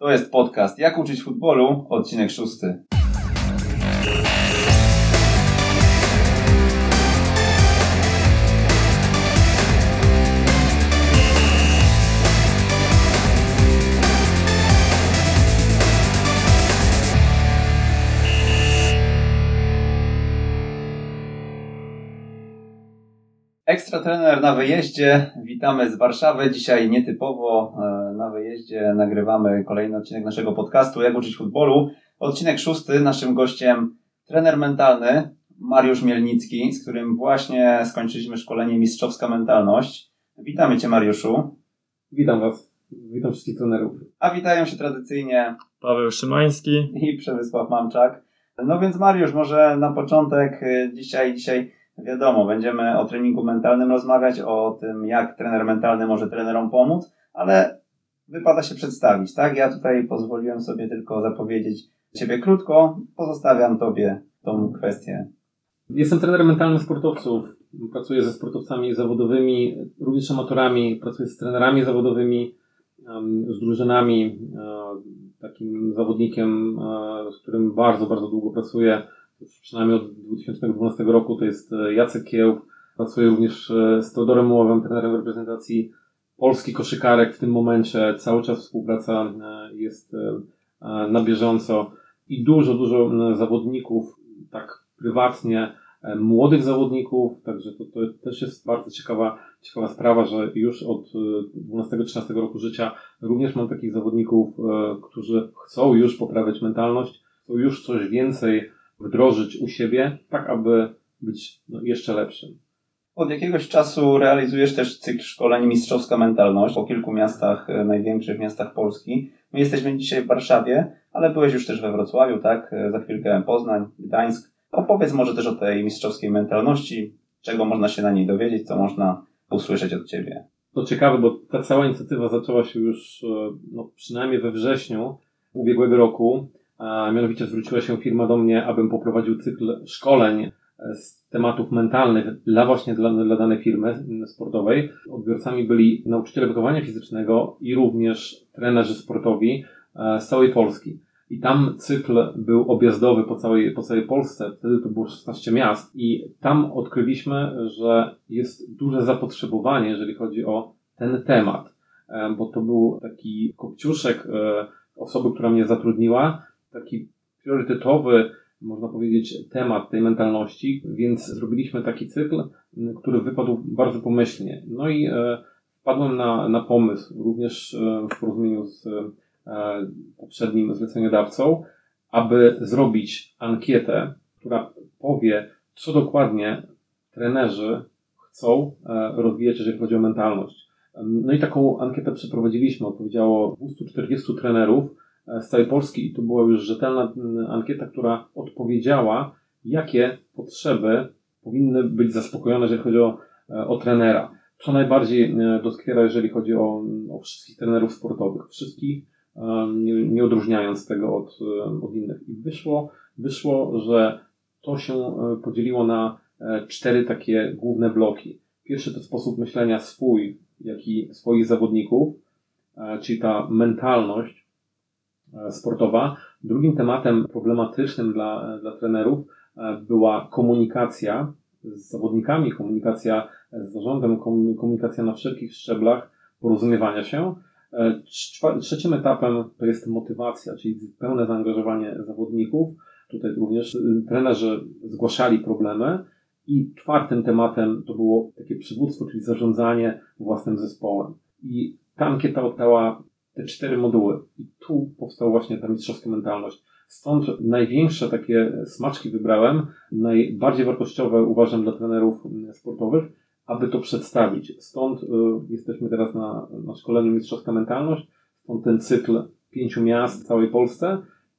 To jest podcast Jak uczyć futbolu, odcinek 6. Ekstra trener na wyjeździe. Witamy z Warszawy. Dzisiaj nietypowo na wyjeździe nagrywamy kolejny odcinek naszego podcastu Jak uczyć futbolu. Odcinek 6. Naszym gościem trener mentalny Mariusz Mielnicki, z którym właśnie skończyliśmy szkolenie Mistrzowska Mentalność. Witamy Cię, Mariuszu. Witam Was. Witam wszystkich trenerów. A witają się tradycyjnie Paweł Szymański i Przemysław Mamczak. No więc Mariusz, może na początek dzisiaj wiadomo, będziemy o treningu mentalnym rozmawiać, o tym, jak trener mentalny może trenerom pomóc, ale wypada się przedstawić, tak? Ja tutaj pozwoliłem sobie tylko zapowiedzieć Ciebie krótko, pozostawiam Tobie tą kwestię. Jestem trenerem mentalnym sportowców. Pracuję ze sportowcami zawodowymi, również amatorami, pracuję z trenerami zawodowymi, z drużynami. Takim zawodnikiem, z którym bardzo, bardzo długo pracuję, przynajmniej od 2012 roku, to jest Jacek Kiełb. Pracuję również z Teodorem Muławem, trenerem reprezentacji Polski koszykarek w tym momencie. Cały czas współpraca jest na bieżąco i dużo zawodników, tak prywatnie, młodych zawodników, także to też jest bardzo ciekawa sprawa, że już od 12-13 roku życia również mam takich zawodników, którzy chcą już poprawiać mentalność, chcą już coś więcej wdrożyć u siebie, tak aby być jeszcze lepszym. Od jakiegoś czasu realizujesz też cykl szkoleń Mistrzowska Mentalność po kilku miastach, największych miastach Polski. My jesteśmy dzisiaj w Warszawie, ale byłeś już też we Wrocławiu, tak? Za chwilkę Poznań, Gdańsk. Opowiedz może też o tej mistrzowskiej mentalności, czego można się na niej dowiedzieć, co można usłyszeć od Ciebie. To ciekawe, bo ta cała inicjatywa zaczęła się już przynajmniej we wrześniu ubiegłego roku. Mianowicie zwróciła się firma do mnie, abym poprowadził cykl szkoleń z tematów mentalnych dla danej firmy sportowej. Odbiorcami byli nauczyciele wychowania fizycznego i również trenerzy sportowi z całej Polski. I tam cykl był objazdowy po całej Polsce, wtedy to było 16 miast i tam odkryliśmy, że jest duże zapotrzebowanie, jeżeli chodzi o ten temat, bo to był taki kopciuszek osoby, która mnie zatrudniła, taki priorytetowy, można powiedzieć, temat tej mentalności, więc zrobiliśmy taki cykl, który wypadł bardzo pomyślnie. No i wpadłem na pomysł, również w porozumieniu z poprzednim zleceniodawcą, aby zrobić ankietę, która powie, co dokładnie trenerzy chcą rozwijać, jeżeli chodzi o mentalność. No i taką ankietę przeprowadziliśmy. Odpowiedziało 240 trenerów z całej Polski i to była już rzetelna ankieta, która odpowiedziała, jakie potrzeby powinny być zaspokojone, jeżeli chodzi o trenera. Co najbardziej doskwiera, jeżeli chodzi o wszystkich trenerów sportowych. Wszystkich, nie odróżniając tego od innych. I wyszło, że to się podzieliło na 4 takie główne bloki. Pierwszy to sposób myślenia swój, jak i swoich zawodników, czyli ta mentalność sportowa. Drugim tematem problematycznym dla trenerów była komunikacja z zawodnikami, komunikacja z zarządem, komunikacja na wszelkich szczeblach porozumiewania się. Trzecim etapem to jest motywacja, czyli pełne zaangażowanie zawodników. Tutaj również trenerzy zgłaszali problemy. I 4 tematem to było takie przywództwo, czyli zarządzanie własnym zespołem. I ta ankieta oddała te 4 moduły. I tu powstała właśnie ta mistrzowska mentalność. Stąd największe takie smaczki wybrałem, najbardziej wartościowe uważam dla trenerów sportowych, aby to przedstawić. Stąd jesteśmy teraz na szkoleniu Mistrzowska Mentalność, stąd ten cykl 5 miast w całej Polsce,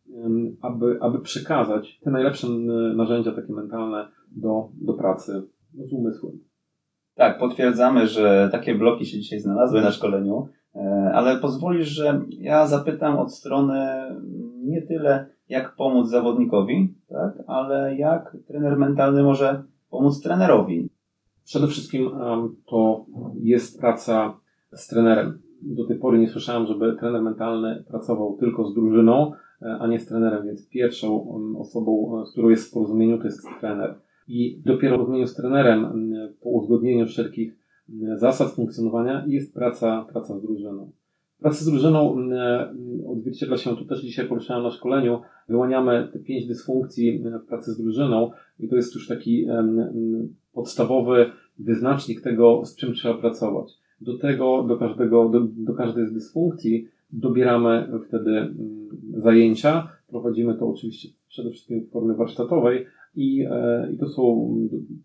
aby przekazać te najlepsze narzędzia takie mentalne do pracy z umysłem. Tak, potwierdzamy, że takie bloki się dzisiaj znalazły na szkoleniu, ale pozwolisz, że ja zapytam od strony nie tyle jak pomóc zawodnikowi, tak, ale jak trener mentalny może pomóc trenerowi. Przede wszystkim to jest praca z trenerem. do tej pory nie słyszałem, żeby trener mentalny pracował tylko z drużyną, a nie z trenerem, więc pierwszą osobą, z którą jest w porozumieniu, to jest trener. I dopiero w porozumieniu z trenerem, po uzgodnieniu wszelkich zasad funkcjonowania, jest praca z drużyną. Praca z drużyną odzwierciedla się, tu też dzisiaj poruszałem na szkoleniu, wyłaniamy te 5 dysfunkcji w pracy z drużyną i to jest już taki podstawowy wyznacznik tego, z czym trzeba pracować. Do tego, do każdej z dysfunkcji dobieramy wtedy zajęcia. Prowadzimy to oczywiście przede wszystkim w formie warsztatowej i to są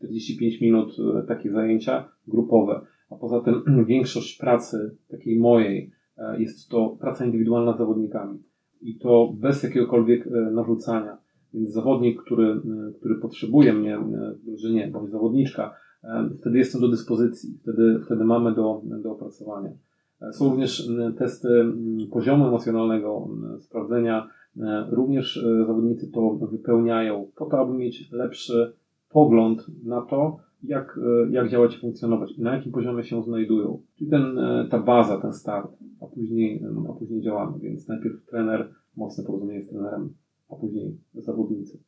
45 minut takie zajęcia grupowe. A poza tym większość pracy takiej mojej jest to praca indywidualna z zawodnikami. I to bez jakiegokolwiek narzucania. Więc zawodnik, który potrzebuje mnie w drużynie, bądź zawodniczka, wtedy jestem do dyspozycji, wtedy mamy do opracowania. Są również testy poziomu emocjonalnego, sprawdzenia. Również zawodnicy to wypełniają po to, aby mieć lepszy pogląd na to, jak działać i funkcjonować i na jakim poziomie się znajdują. Czyli ta baza, ten start, a później działamy. Więc najpierw trener, mocne porozumienie z trenerem, a później zawodnicy.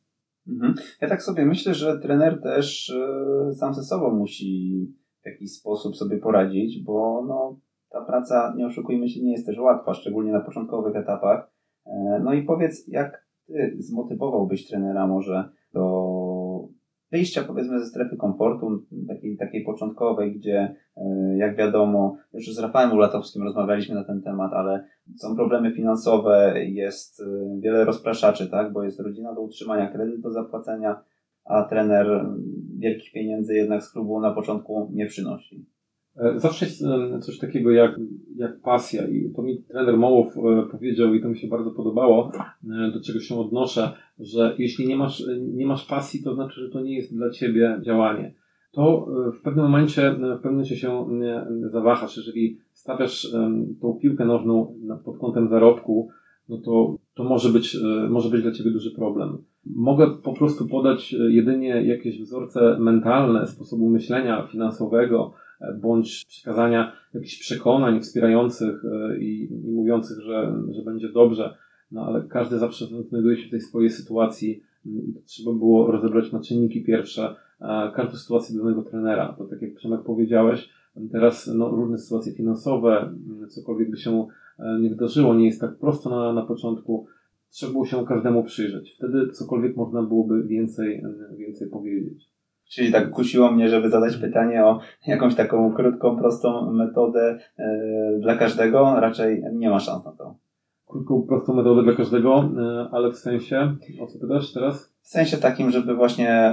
Ja tak sobie myślę, że trener też sam ze sobą musi w jakiś sposób sobie poradzić, bo ta praca, nie oszukujmy się, nie jest też łatwa, szczególnie na początkowych etapach. No i powiedz, jak ty zmotywowałbyś trenera może do wyjścia, powiedzmy, ze strefy komfortu, takiej początkowej, gdzie jak wiadomo, już z Rafałem Ulatowskim rozmawialiśmy na ten temat, ale są problemy finansowe, jest wiele rozpraszaczy, tak, bo jest rodzina do utrzymania, kredyt do zapłacenia, a trener wielkich pieniędzy jednak z klubu na początku nie przynosi. Zawsze jest coś takiego jak pasja i to mi trener Mołow powiedział i to mi się bardzo podobało, do czego się odnoszę, że jeśli nie masz pasji, to znaczy, że to nie jest dla ciebie działanie. To w pewnym momencie się zawahasz. Jeżeli stawiasz tą piłkę nożną pod kątem zarobku, no to może być dla ciebie duży problem. Mogę po prostu podać jedynie jakieś wzorce mentalne sposobu myślenia finansowego, bądź przekazania jakichś przekonań wspierających i mówiących, że będzie dobrze. No ale każdy zawsze znajduje się w tej swojej sytuacji i to trzeba było rozebrać na czynniki pierwsze każdą sytuację danego trenera. To tak jak Przemek powiedziałeś, teraz różne sytuacje finansowe, cokolwiek by się nie wydarzyło, nie jest tak prosto na początku. Trzeba było się każdemu przyjrzeć. Wtedy cokolwiek można byłoby więcej powiedzieć. Czyli tak kusiło mnie, żeby zadać pytanie o jakąś taką krótką, prostą metodę dla każdego. Raczej nie ma szans na to. Krótką, prostą metodę dla każdego, ale w sensie, o co pytasz teraz? W sensie takim, żeby właśnie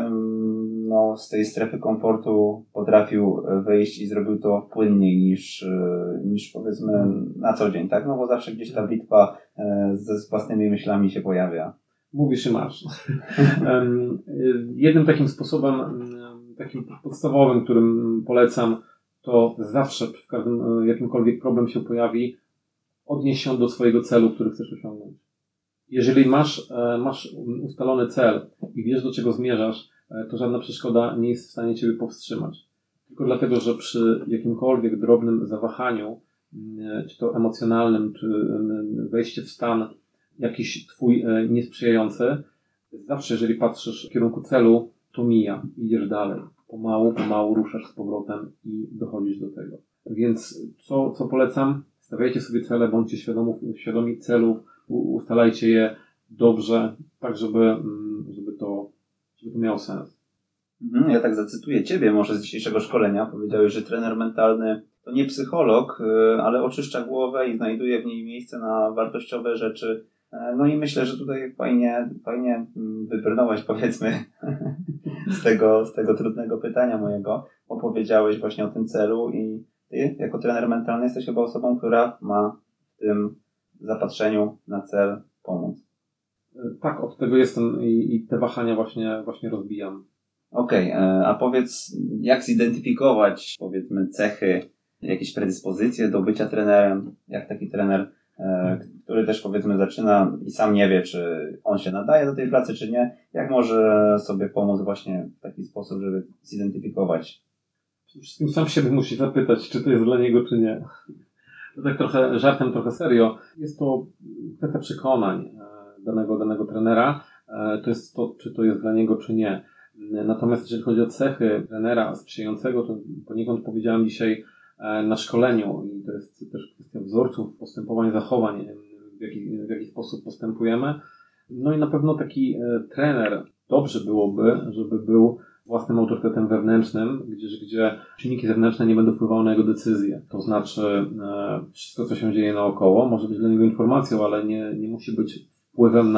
z tej strefy komfortu potrafił wyjść i zrobił to płynniej niż powiedzmy na co dzień, tak? No bo zawsze gdzieś ta bitwa ze własnymi myślami się pojawia. Mówisz i masz. Jednym takim sposobem, takim podstawowym, którym polecam, to zawsze w każdym jakimkolwiek problem się pojawi, odnieś się do swojego celu, który chcesz osiągnąć. Jeżeli masz ustalony cel i wiesz, do czego zmierzasz, to żadna przeszkoda nie jest w stanie ciebie powstrzymać. Tylko dlatego, że przy jakimkolwiek drobnym zawahaniu, czy to emocjonalnym, czy wejście w stan jakiś twój niesprzyjający, zawsze jeżeli patrzysz w kierunku celu, to mija, idziesz dalej. Pomału ruszasz z powrotem i dochodzisz do tego. Więc co polecam? Stawiajcie sobie cele, bądźcie świadomi celów, ustalajcie je dobrze, tak żeby to miało sens. Ja tak zacytuję Ciebie może z dzisiejszego szkolenia. Powiedziałeś, że trener mentalny to nie psycholog, ale oczyszcza głowę i znajduje w niej miejsce na wartościowe rzeczy. No i myślę, że tutaj fajnie wybrnąłeś, powiedzmy, z tego trudnego pytania mojego. Opowiedziałeś właśnie o tym celu i Ty, jako trener mentalny, jesteś chyba osobą, która ma w tym zapatrzeniu na cel pomóc. Tak, od tego jestem i te wahania właśnie rozbijam. Okej, a powiedz, jak zidentyfikować, powiedzmy, cechy, jakieś predyspozycje do bycia trenerem, jak taki trener, który też, powiedzmy, zaczyna i sam nie wie, czy on się nadaje do tej pracy, czy nie, jak może sobie pomóc właśnie w taki sposób, żeby zidentyfikować? Przede wszystkim sam siebie musi zapytać, czy to jest dla niego, czy nie. To tak trochę żartem, trochę serio. Jest to kwestia przekonań danego trenera. To jest to, czy to jest dla niego, czy nie. Natomiast jeżeli chodzi o cechy trenera sprzyjającego, to poniekąd powiedziałem dzisiaj na szkoleniu i to jest też kwestia wzorców, postępowań, zachowań, w jaki sposób postępujemy. No i na pewno taki trener dobrze byłoby, żeby był własnym autorytetem wewnętrznym, gdzie czynniki zewnętrzne nie będą wpływały na jego decyzje. To znaczy wszystko, co się dzieje naokoło, może być dla niego informacją, ale nie musi być wpływem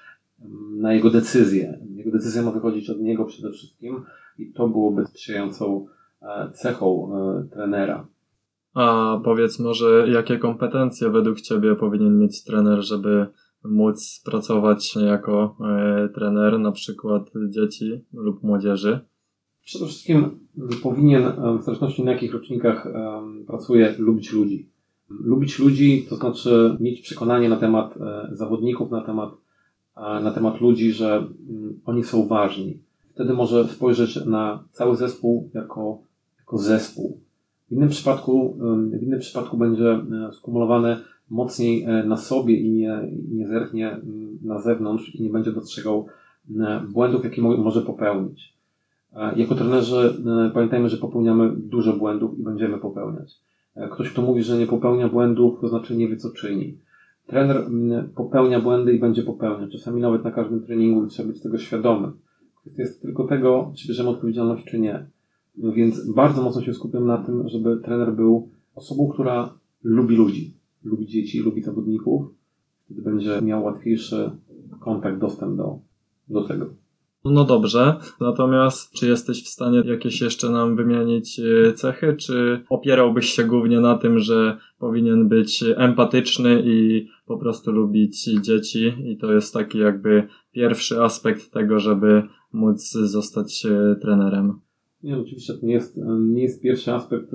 na jego decyzje. Jego decyzja ma wychodzić od niego przede wszystkim i to byłoby sprzyjającą cechą trenera. A powiedz może, jakie kompetencje według Ciebie powinien mieć trener, żeby móc pracować jako trener na przykład dzieci lub młodzieży? Przede wszystkim powinien, w zależności na jakich rocznikach pracuje, lubić ludzi. Lubić ludzi to znaczy mieć przekonanie na temat zawodników, na temat ludzi, że oni są ważni. Wtedy może spojrzeć na cały zespół jako zespół. W innym przypadku będzie skumulowany mocniej na sobie i nie zerknie na zewnątrz i nie będzie dostrzegał błędów, jakie może popełnić. Jako trenerzy pamiętajmy, że popełniamy dużo błędów i będziemy popełniać. Ktoś, kto mówi, że nie popełnia błędów, to znaczy nie wie, co czyni. Trener popełnia błędy i będzie popełniać. Czasami nawet na każdym treningu i trzeba być tego świadomy. Kwestia jest tylko tego, czy bierzemy odpowiedzialność, czy nie. Więc bardzo mocno się skupiam na tym, żeby trener był osobą, która lubi ludzi, lubi dzieci, lubi zawodników. Wtedy będzie miał łatwiejszy kontakt, dostęp do tego. No dobrze, natomiast czy jesteś w stanie jakieś jeszcze nam wymienić cechy, czy opierałbyś się głównie na tym, że powinien być empatyczny i po prostu lubić dzieci i to jest taki jakby pierwszy aspekt tego, żeby móc zostać trenerem? Nie, oczywiście to nie jest pierwszy aspekt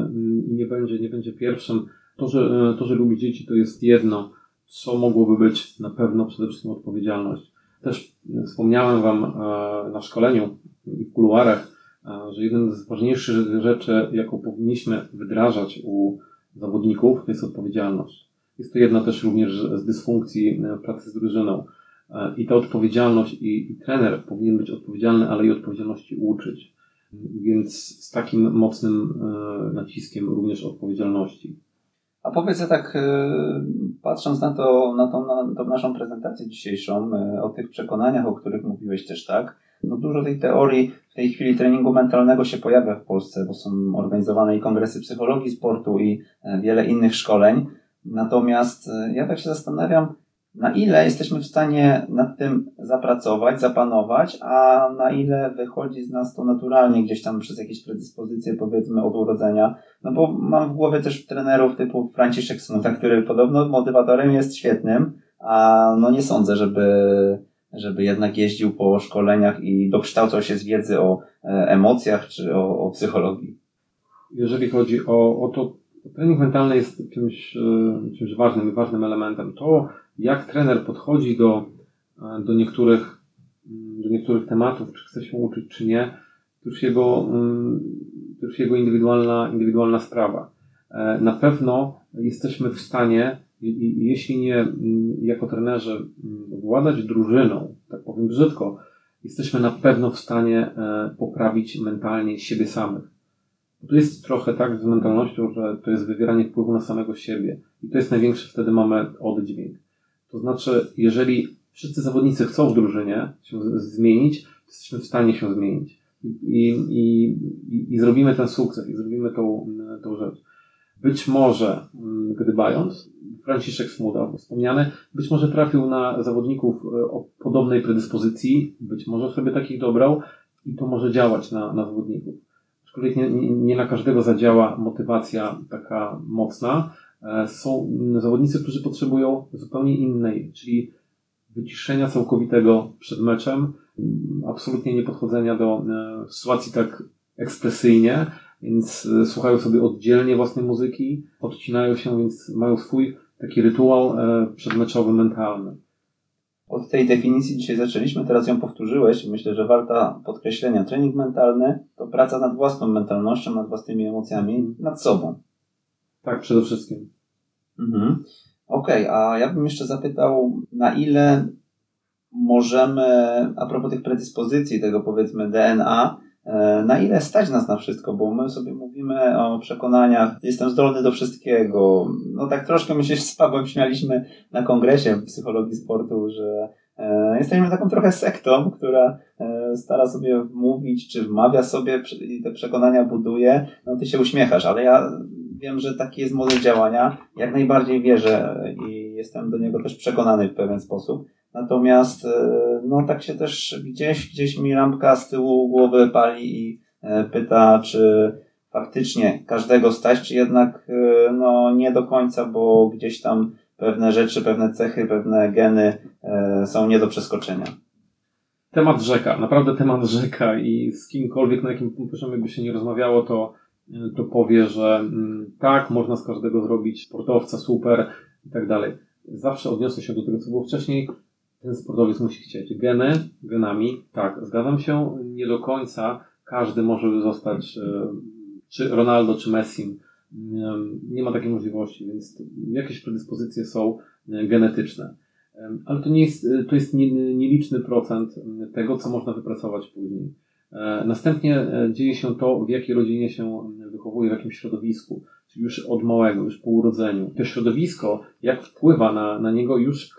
i nie będzie pierwszym. To, że lubi dzieci, to jest jedno, co mogłoby być na pewno przede wszystkim odpowiedzialność. Też wspomniałem Wam na szkoleniu i w kuluarach, że jeden z ważniejszych rzeczy, jaką powinniśmy wdrażać u zawodników, to jest odpowiedzialność. Jest to jedna też również z dysfunkcji pracy z drużyną. I ta odpowiedzialność i trener powinien być odpowiedzialny, ale i odpowiedzialności uczyć. Więc z takim mocnym naciskiem również odpowiedzialności. A powiedz tak, patrząc na tą naszą prezentację dzisiejszą, o tych przekonaniach, o których mówiłeś też, tak? No dużo tej teorii w tej chwili treningu mentalnego się pojawia w Polsce, bo są organizowane i kongresy psychologii sportu i wiele innych szkoleń. Natomiast ja tak się zastanawiam, na ile jesteśmy w stanie nad tym zapracować, zapanować, a na ile wychodzi z nas to naturalnie gdzieś tam przez jakieś predyspozycje, powiedzmy, od urodzenia. No bo mam w głowie też trenerów typu Franciszek Smuta, który podobno motywatorem jest świetnym, a no nie sądzę, żeby jednak jeździł po szkoleniach i dokształcał się z wiedzy o emocjach czy o psychologii. Jeżeli chodzi o to, trening mentalny jest czymś ważnym elementem. To, jak trener podchodzi do niektórych tematów, czy chce się uczyć, czy nie, to już jego indywidualna sprawa. Na pewno jesteśmy w stanie, jeśli nie jako trenerzy, władać drużyną, tak powiem brzydko, jesteśmy na pewno w stanie poprawić mentalnie siebie samych. To jest trochę tak z mentalnością, że to jest wywieranie wpływu na samego siebie. I to jest największy, wtedy mamy oddźwięk. To znaczy, jeżeli wszyscy zawodnicy chcą w drużynie się zmienić, to jesteśmy w stanie się zmienić. I zrobimy ten sukces, i zrobimy tą rzecz. Być może, gdybając, Franciszek Smuda wspomniany, być może trafił na zawodników o podobnej predyspozycji, być może sobie takich dobrał i to może działać na zawodników. Aczkolwiek nie na każdego zadziała motywacja taka mocna. Są zawodnicy, którzy potrzebują zupełnie innej, czyli wyciszenia całkowitego przed meczem, absolutnie nie podchodzenia do sytuacji tak ekspresyjnie, więc słuchają sobie oddzielnie własnej muzyki, odcinają się, więc mają swój taki rytuał przedmeczowy, mentalny. Od tej definicji dzisiaj zaczęliśmy, teraz ją powtórzyłeś. Myślę, że warta podkreślenia. Trening mentalny to praca nad własną mentalnością, nad własnymi emocjami, nad sobą. Tak, przede wszystkim. Mhm. Okej, a ja bym jeszcze zapytał, na ile możemy, a propos tych predyspozycji, tego powiedzmy DNA, na ile stać nas na wszystko, bo my sobie mówimy o przekonaniach, jestem zdolny do wszystkiego. No tak troszkę my się z Pawłem śmialiśmy na kongresie w psychologii sportu, że jesteśmy taką trochę sektą, która stara sobie mówić, czy wmawia sobie i te przekonania buduje. No ty się uśmiechasz, ale ja wiem, że taki jest model działania. Jak najbardziej wierzę i jestem do niego też przekonany w pewien sposób. Natomiast no tak się też gdzieś mi lampka z tyłu głowy pali i pyta, czy faktycznie każdego stać, czy jednak no nie do końca, bo gdzieś tam pewne rzeczy, pewne cechy, pewne geny są nie do przeskoczenia. Temat rzeka, naprawdę temat rzeka i z kimkolwiek, na jakim poziomie by się nie rozmawiało, to powie, że tak, można z każdego zrobić sportowca, super i tak dalej. Zawsze odniosę się do tego, co było wcześniej. Ten sportowiec musi chcieć. Genami, tak, zgadzam się, nie do końca każdy może zostać czy Ronaldo, czy Messim. Nie ma takiej możliwości, więc jakieś predyspozycje są genetyczne. Ale to jest nieliczny procent tego, co można wypracować później. Następnie dzieje się to, w jakiej rodzinie się wychowuje, w jakim środowisku, czyli już od małego, już po urodzeniu. To środowisko, jak wpływa na niego, już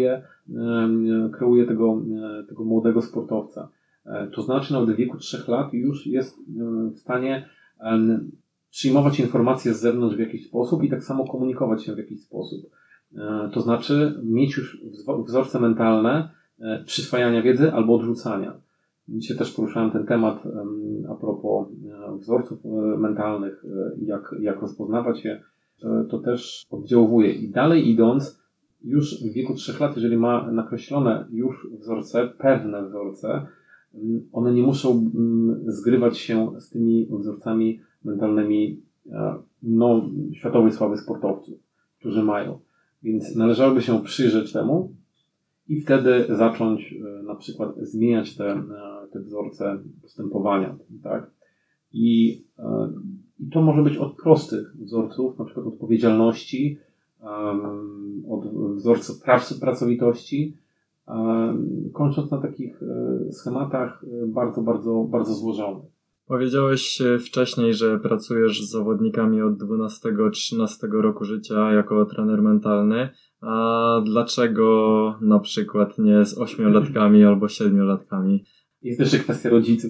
kreuje tego młodego sportowca. To znaczy nawet w wieku 3 lat już jest w stanie przyjmować informacje z zewnątrz w jakiś sposób i tak samo komunikować się w jakiś sposób. To znaczy mieć już wzorce mentalne przyswajania wiedzy albo odrzucania. Dzisiaj też poruszałem ten temat a propos wzorców mentalnych, jak rozpoznawać je, to też oddziałuje. I dalej idąc, już w wieku 3 lat, jeżeli ma nakreślone już wzorce, pewne wzorce, one nie muszą zgrywać się z tymi wzorcami mentalnymi światowej sławy sportowców, którzy mają. Więc należałoby się przyjrzeć temu i wtedy zacząć na przykład zmieniać te wzorce postępowania. Tak? I to może być od prostych wzorców, na przykład odpowiedzialności, od wzorców pracowitości, kończąc na takich schematach bardzo, bardzo, bardzo złożonych. Powiedziałeś wcześniej, że pracujesz z zawodnikami od 12-13 roku życia jako trener mentalny. A dlaczego na przykład nie z 8-latkami albo 7-latkami? Jest jeszcze kwestia rodziców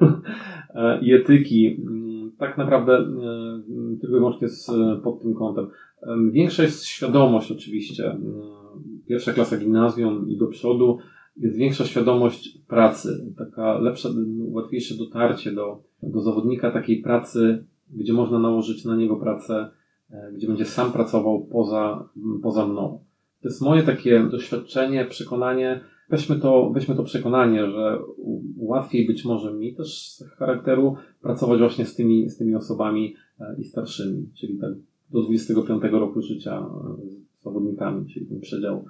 i etyki. Tak naprawdę tylko i wyłącznie pod tym kątem. Większa jest świadomość oczywiście. Pierwsza klasa gimnazjum i do przodu jest większa świadomość pracy. Taka lepsza, łatwiejsze dotarcie do zawodnika takiej pracy, gdzie można nałożyć na niego pracę, gdzie będzie sam pracował poza mną. To jest moje takie doświadczenie, przekonanie. Weźmy to przekonanie, że łatwiej być może mi też z charakteru pracować właśnie z tymi osobami i starszymi, czyli tak do 25 roku życia z zawodnikami, czyli ten przedział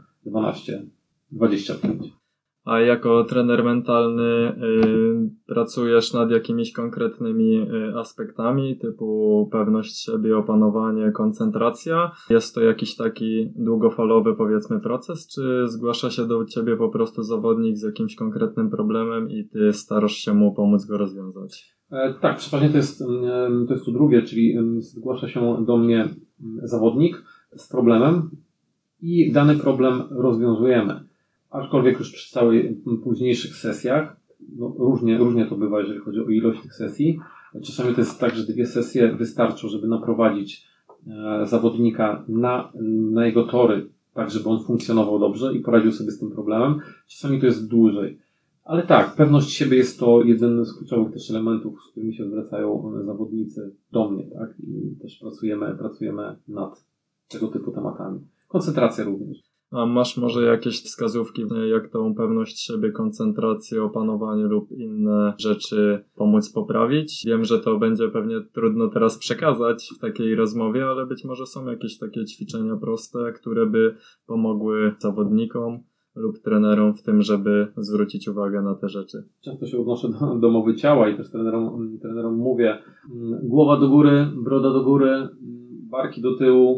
12-25. A jako trener mentalny pracujesz nad jakimiś konkretnymi aspektami typu pewność siebie, opanowanie, koncentracja? Jest to jakiś taki długofalowy, powiedzmy, proces, czy zgłasza się do ciebie po prostu zawodnik z jakimś konkretnym problemem i ty starasz się mu pomóc go rozwiązać? Tak, przeważnie to jest to drugie, czyli zgłasza się do mnie zawodnik z problemem i dany problem rozwiązujemy. Aczkolwiek już przy całych późniejszych sesjach, różnie to bywa, jeżeli chodzi o ilość tych sesji. Czasami to jest tak, że 2 sesje wystarczą, żeby naprowadzić zawodnika na jego tory, tak żeby on funkcjonował dobrze i poradził sobie z tym problemem. Czasami to jest dłużej. Ale tak, pewność siebie jest to jeden z kluczowych też elementów, z którymi się zwracają zawodnicy do mnie, tak? I też pracujemy nad tego typu tematami. Koncentracja również. A masz może jakieś wskazówki, jak tą pewność siebie, koncentrację, opanowanie lub inne rzeczy pomóc poprawić? Wiem, że to będzie pewnie trudno teraz przekazać w takiej rozmowie, ale być może są jakieś takie ćwiczenia proste, które by pomogły zawodnikom lub trenerom w tym, żeby zwrócić uwagę na te rzeczy. Często się odnoszę do mowy ciała i też trenerom mówię: głowa do góry, broda do góry, barki do tyłu.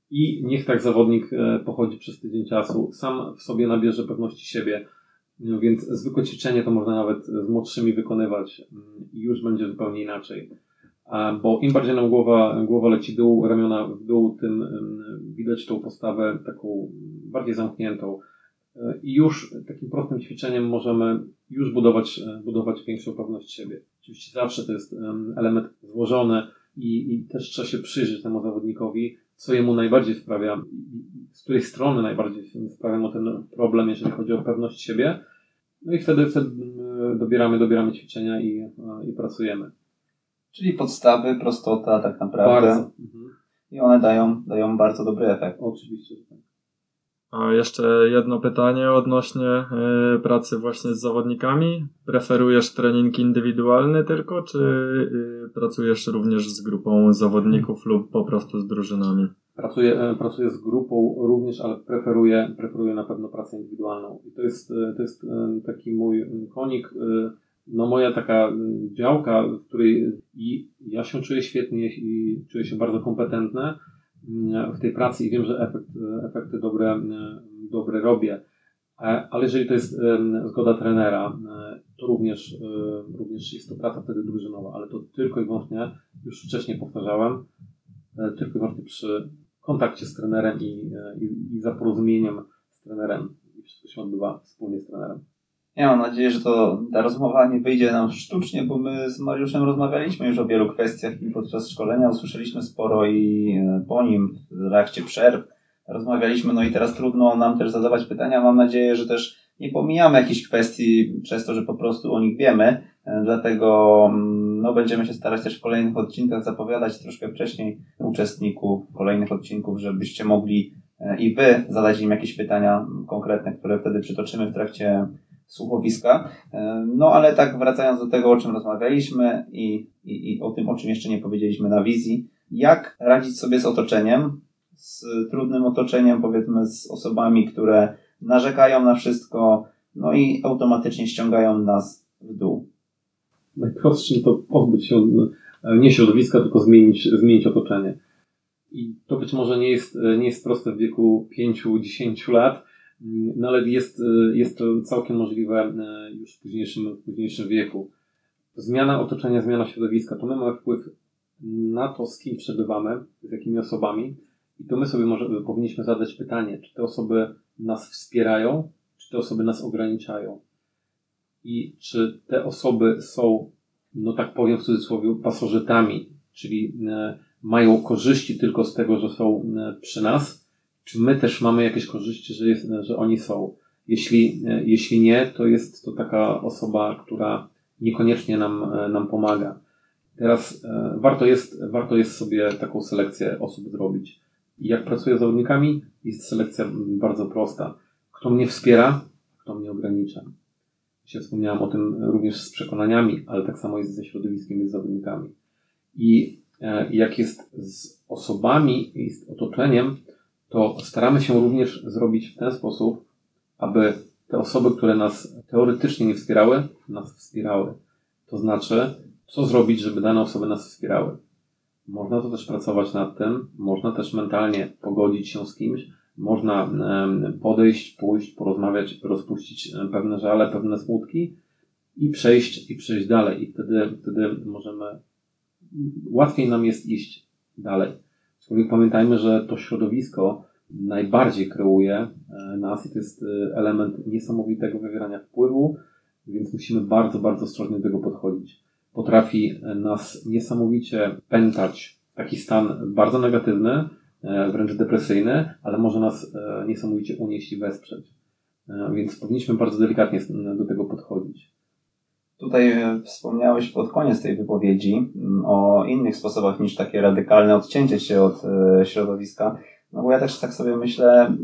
i niech tak zawodnik pochodzi przez tydzień czasu, sam w sobie nabierze pewności siebie, więc zwykłe ćwiczenie to można nawet z młodszymi wykonywać i już będzie zupełnie inaczej. Bo im bardziej nam głowa leci w dół, ramiona w dół, tym widać tą postawę taką bardziej zamkniętą. I już takim prostym ćwiczeniem możemy już budować większą pewność siebie. Oczywiście zawsze to jest element złożony i też trzeba się przyjrzeć temu zawodnikowi, co jemu najbardziej sprawia, z której strony najbardziej sprawia mu ten problem, jeżeli chodzi o pewność siebie. No i wtedy dobieramy ćwiczenia i pracujemy. Czyli podstawy, prostota tak naprawdę. Bardzo. I one dają bardzo dobry efekt. Oczywiście, że tak. A jeszcze jedno pytanie odnośnie pracy właśnie z zawodnikami. Preferujesz trening indywidualny tylko, czy pracujesz również z grupą zawodników lub po prostu z drużynami? Pracuję z grupą również, ale preferuję na pewno pracę indywidualną. I to jest taki mój konik, moja taka działka, w której i ja się czuję świetnie i czuję się bardzo kompetentny w tej pracy i wiem, że efekty dobre robię. Ale jeżeli to jest zgoda trenera, to również jest to praca wtedy drużynowa, ale to tylko i wyłącznie, już wcześniej powtarzałem, tylko i wyłącznie przy kontakcie z trenerem i za porozumieniem z trenerem. I wszystko się odbywa wspólnie z trenerem. Ja mam nadzieję, że ta rozmowa nie wyjdzie nam sztucznie, bo my z Mariuszem rozmawialiśmy już o wielu kwestiach i podczas szkolenia usłyszeliśmy sporo i po nim, w trakcie przerw rozmawialiśmy, no i teraz trudno nam też zadawać pytania. Mam nadzieję, że też nie pomijamy jakichś kwestii przez to, że po prostu o nich wiemy, dlatego będziemy się starać też w kolejnych odcinkach zapowiadać troszkę wcześniej uczestników kolejnych odcinków, żebyście mogli i wy zadać im jakieś pytania konkretne, które wtedy przytoczymy w trakcie słuchowiska. No ale tak wracając do tego, o czym rozmawialiśmy i o tym, o czym jeszcze nie powiedzieliśmy na wizji, jak radzić sobie z otoczeniem, z trudnym otoczeniem, powiedzmy z osobami, które narzekają na wszystko, no i automatycznie ściągają nas w dół. Najprostszym to pozbyć się nie środowiska, tylko zmienić otoczenie. I to być może nie jest proste w wieku 5-10 lat, no ale jest to całkiem możliwe już w późniejszym wieku. Zmiana otoczenia, zmiana środowiska, to my mamy wpływ na to, z kim przebywamy, z jakimi osobami i to my sobie powinniśmy zadać pytanie, czy te osoby nas wspierają, czy te osoby nas ograniczają i czy te osoby są, no tak powiem w cudzysłowie, pasożytami, czyli mają korzyści tylko z tego, że są przy nas, czy my też mamy jakieś korzyści, że oni są. Jeśli nie, to jest to taka osoba, która niekoniecznie nam pomaga. Teraz warto jest sobie taką selekcję osób zrobić. I jak pracuję z zawodnikami, jest selekcja bardzo prosta. Kto mnie wspiera, kto mnie ogranicza. Dzisiaj wspomniałem o tym również z przekonaniami, ale tak samo jest ze środowiskiem i z zawodnikami. I jak jest z osobami i z otoczeniem, to staramy się również zrobić w ten sposób, aby te osoby, które nas teoretycznie nie wspierały, nas wspierały. To znaczy, co zrobić, żeby dane osoby nas wspierały. Można to też pracować nad tym, można też mentalnie pogodzić się z kimś, można podejść, pójść, porozmawiać, rozpuścić pewne żale, pewne smutki i przejść dalej. I wtedy możemy, łatwiej nam jest iść dalej. Pamiętajmy, że to środowisko najbardziej kreuje nas i to jest element niesamowitego wywierania wpływu, więc musimy bardzo, bardzo ostrożnie do tego podchodzić. Potrafi nas niesamowicie pętać taki stan bardzo negatywny, wręcz depresyjny, ale może nas niesamowicie unieść i wesprzeć. Więc powinniśmy bardzo delikatnie do tego podchodzić. Tutaj wspomniałeś pod koniec tej wypowiedzi o innych sposobach niż takie radykalne odcięcie się od środowiska. No bo ja też tak sobie myślę,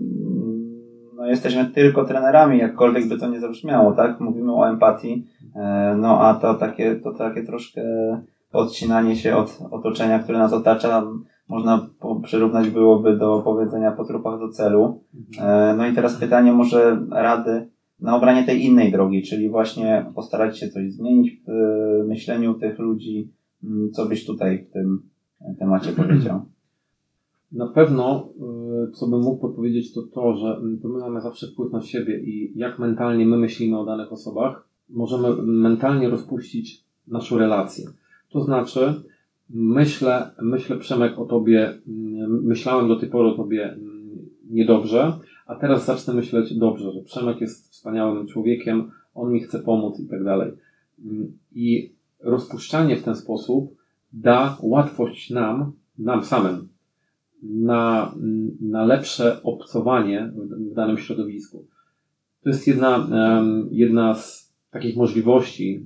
no jesteśmy tylko trenerami, jakkolwiek by to nie zabrzmiało, tak? Mówimy o empatii, no a to takie troszkę odcinanie się od otoczenia, które nas otacza, można przyrównać byłoby do powiedzenia po trupach do celu. No i teraz pytanie, może rady na obranie tej innej drogi, czyli właśnie postarać się coś zmienić w myśleniu tych ludzi. Co byś tutaj w tym temacie powiedział? Na pewno, co bym mógł podpowiedzieć, to, że to my mamy zawsze wpływ na siebie i jak mentalnie my myślimy o danych osobach, możemy mentalnie rozpuścić naszą relację. To znaczy, myślę Przemek o tobie, myślałem do tej pory o tobie niedobrze, a teraz zacznę myśleć dobrze, że Przemek jest wspaniałym człowiekiem, on mi chce pomóc i tak dalej. I rozpuszczanie w ten sposób da łatwość nam samym na lepsze obcowanie w danym środowisku. To jest jedna z takich możliwości,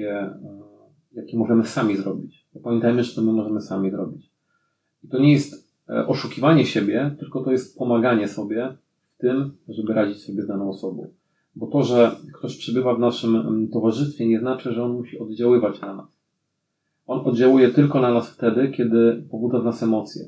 jakie możemy sami zrobić. Pamiętajmy, że to my możemy sami zrobić. I to nie jest oszukiwanie siebie, tylko to jest pomaganie sobie w tym, żeby radzić sobie z daną osobą. Bo to, że ktoś przebywa w naszym towarzystwie, nie znaczy, że on musi oddziaływać na nas. On oddziałuje tylko na nas wtedy, kiedy pobudza w nas emocje.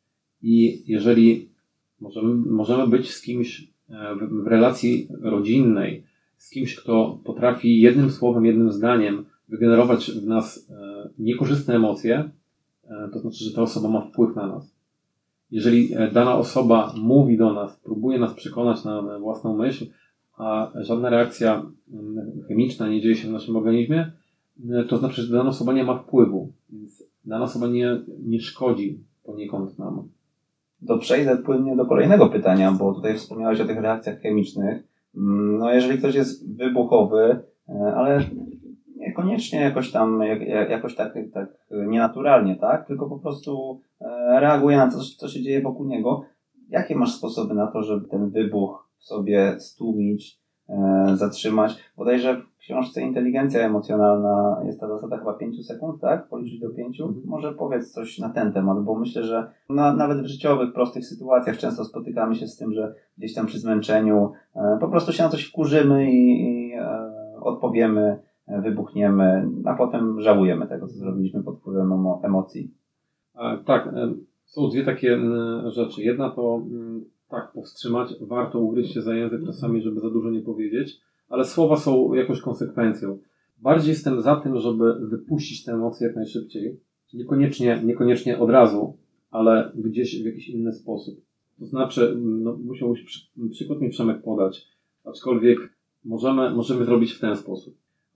I jeżeli możemy być z kimś w relacji rodzinnej, z kimś, kto potrafi jednym słowem, jednym zdaniem wygenerować w nas niekorzystne emocje, to znaczy, że ta osoba ma wpływ na nas. Jeżeli dana osoba mówi do nas, próbuje nas przekonać na własną myśl, a żadna reakcja chemiczna nie dzieje się w naszym organizmie, to znaczy, że dana osoba nie ma wpływu. Więc dana osoba nie szkodzi poniekąd nam. To przejdę płynnie do kolejnego pytania, bo tutaj wspomniałeś o tych reakcjach chemicznych. No jeżeli ktoś jest wybuchowy, ale niekoniecznie jakoś tak nienaturalnie, tak? Tylko po prostu reaguje na to, co się dzieje wokół niego. Jakie masz sposoby na to, żeby ten wybuch w sobie stłumić, zatrzymać? Bodajże w książce Inteligencja emocjonalna jest ta zasada chyba 5 sekund, tak? Policzyć do 5. Może powiedz coś na ten temat, bo myślę, że nawet w życiowych, prostych sytuacjach często spotykamy się z tym, że gdzieś tam przy zmęczeniu po prostu się na coś wkurzymy i odpowiemy, wybuchniemy, a potem żałujemy tego, co zrobiliśmy pod wpływem emocji. Tak, są dwie takie rzeczy. Jedna to tak, powstrzymać, warto ugryźć się za język czasami, żeby za dużo nie powiedzieć, ale słowa są jakąś konsekwencją. Bardziej jestem za tym, żeby wypuścić te emocje jak najszybciej. Niekoniecznie od razu, ale gdzieś w jakiś inny sposób. To znaczy, musiałbyś przykład mi Przemek podać, aczkolwiek możemy zrobić w ten sposób.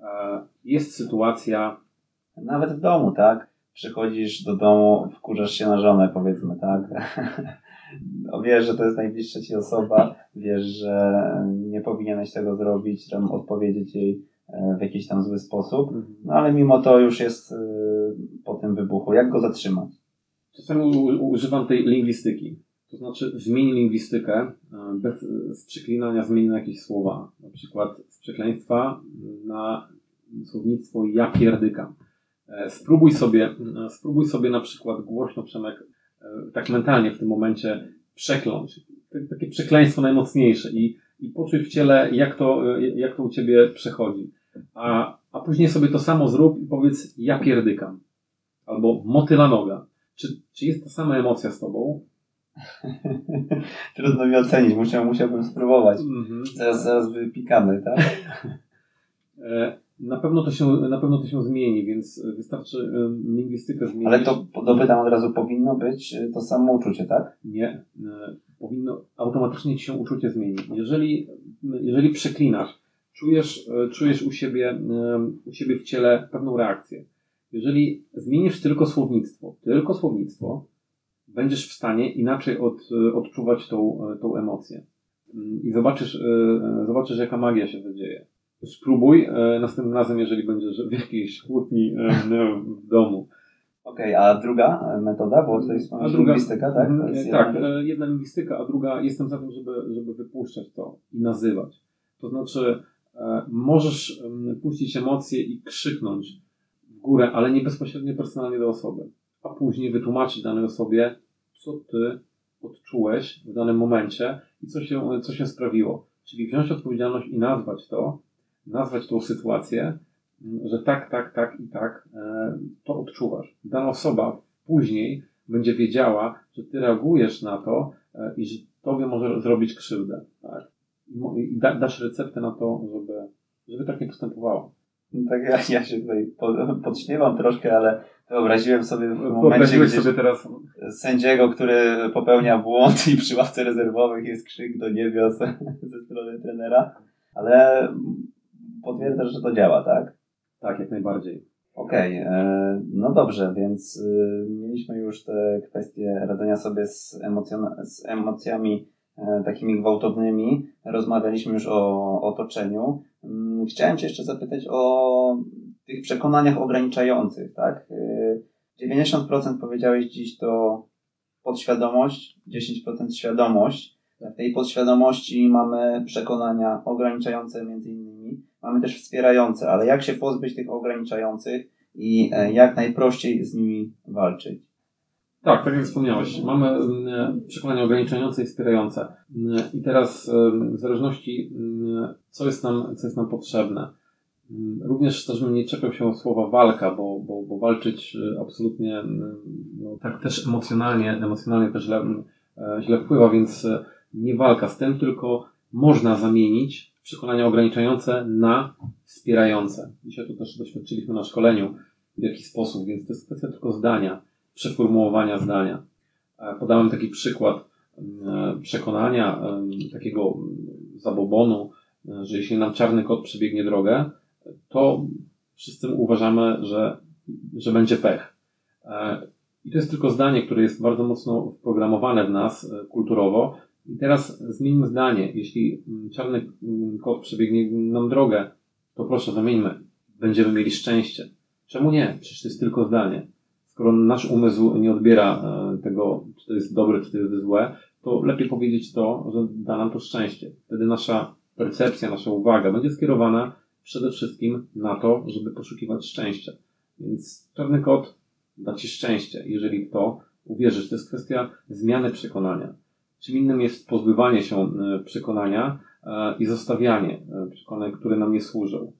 Jest sytuacja... Nawet w domu, tak? Przychodzisz do domu, wkurzasz się na żonę, powiedzmy, tak? Wiesz, że to jest najbliższa ci osoba, wiesz, że nie powinieneś tego zrobić, tam odpowiedzieć jej w jakiś tam zły sposób, no ale mimo to już jest po tym wybuchu. Jak go zatrzymać? Czasami używam tej lingwistyki. To znaczy zmień lingwistykę, z przeklinania zmień na jakieś słowa. Na przykład z przekleństwa na słownictwo ja pierdykam. Spróbuj sobie na przykład głośno, Przemek, tak mentalnie w tym momencie przekląć. Takie przekleństwo najmocniejsze i poczuj w ciele, jak to u ciebie przechodzi. A później sobie to samo zrób i powiedz ja pierdykam. Albo motyla noga. Czy jest ta sama emocja z tobą? Trudno mi ocenić, musiałbym spróbować. Zaraz wypikamy, tak? Na pewno to się zmieni, więc wystarczy lingwistykę zmienić. Ale to dopytam od razu, powinno być to samo uczucie, tak? Nie. Powinno automatycznie ci się uczucie zmieni. Jeżeli przeklinasz, czujesz u siebie w ciele pewną reakcję. Jeżeli zmienisz tylko słownictwo, będziesz w stanie inaczej odczuwać tą emocję. I zobaczysz, jaka magia się zadzieje. Spróbuj następnym razem, jeżeli będziesz w jakiejś kłótni w domu. Okej, a druga metoda, bo tutaj jest lingwistyka, tak? To jest jedna lingwistyka, a druga jestem za tym, żeby wypuszczać to i nazywać. To znaczy możesz puścić emocje i krzyknąć w górę, ale nie bezpośrednio personalnie do osoby, a później wytłumaczyć danej osobie, co ty odczułeś w danym momencie i co się sprawiło. Czyli wziąć odpowiedzialność i nazwać tą sytuację, że tak i tak to odczuwasz. Dana osoba później będzie wiedziała, że ty reagujesz na to i że tobie może zrobić krzywdę. Tak? I dasz receptę na to, żeby tak nie postępowała. Tak, ja się tutaj podśmiewam troszkę, ale Wyobraziłem sobie w momencie, Wyobraziłeś sobie teraz sędziego, który popełnia błąd i przy ławce rezerwowych jest krzyk do niebios ze strony trenera, ale potwierdzasz, że to działa, tak? Tak, jak najbardziej. Okej, no dobrze, więc mieliśmy już te kwestie radzenia sobie z emocjami takimi gwałtownymi. Rozmawialiśmy już o otoczeniu. Chciałem Cię jeszcze zapytać o tych przekonaniach ograniczających, tak? 90% powiedziałeś dziś to podświadomość, 10% świadomość. W tej podświadomości mamy przekonania ograniczające między innymi. Mamy też wspierające, ale jak się pozbyć tych ograniczających i jak najprościej z nimi walczyć? Tak, tak jak wspomniałeś, mamy przekonania ograniczające i wspierające. I teraz w zależności co jest nam potrzebne. Również też bym nie czepiał się słowa walka, bo walczyć absolutnie tak też emocjonalnie też źle wpływa, więc nie walka z tym, tylko można zamienić przekonania ograniczające na wspierające. Dzisiaj to też doświadczyliśmy na szkoleniu, w jaki sposób, więc to jest kwestia tylko zdania, przeformułowania zdania. Podałem taki przykład przekonania, takiego zabobonu, że jeśli nam czarny kot przebiegnie drogę, to wszyscy uważamy, że będzie pech. I to jest tylko zdanie, które jest bardzo mocno wprogramowane w nas kulturowo. I teraz zmieńmy zdanie. Jeśli czarny kot przebiegnie nam drogę, to proszę zamieńmy. Będziemy mieli szczęście. Czemu nie? Przecież to jest tylko zdanie. Skoro nasz umysł nie odbiera tego, czy to jest dobre, czy to jest złe, to lepiej powiedzieć to, że da nam to szczęście. Wtedy nasza percepcja, nasza uwaga będzie skierowana przede wszystkim na to, żeby poszukiwać szczęścia. Więc czarny kot da Ci szczęście, jeżeli w to uwierzysz. To jest kwestia zmiany przekonania. Czym innym jest pozbywanie się przekonania i zostawianie przekonań, które nam nie służą.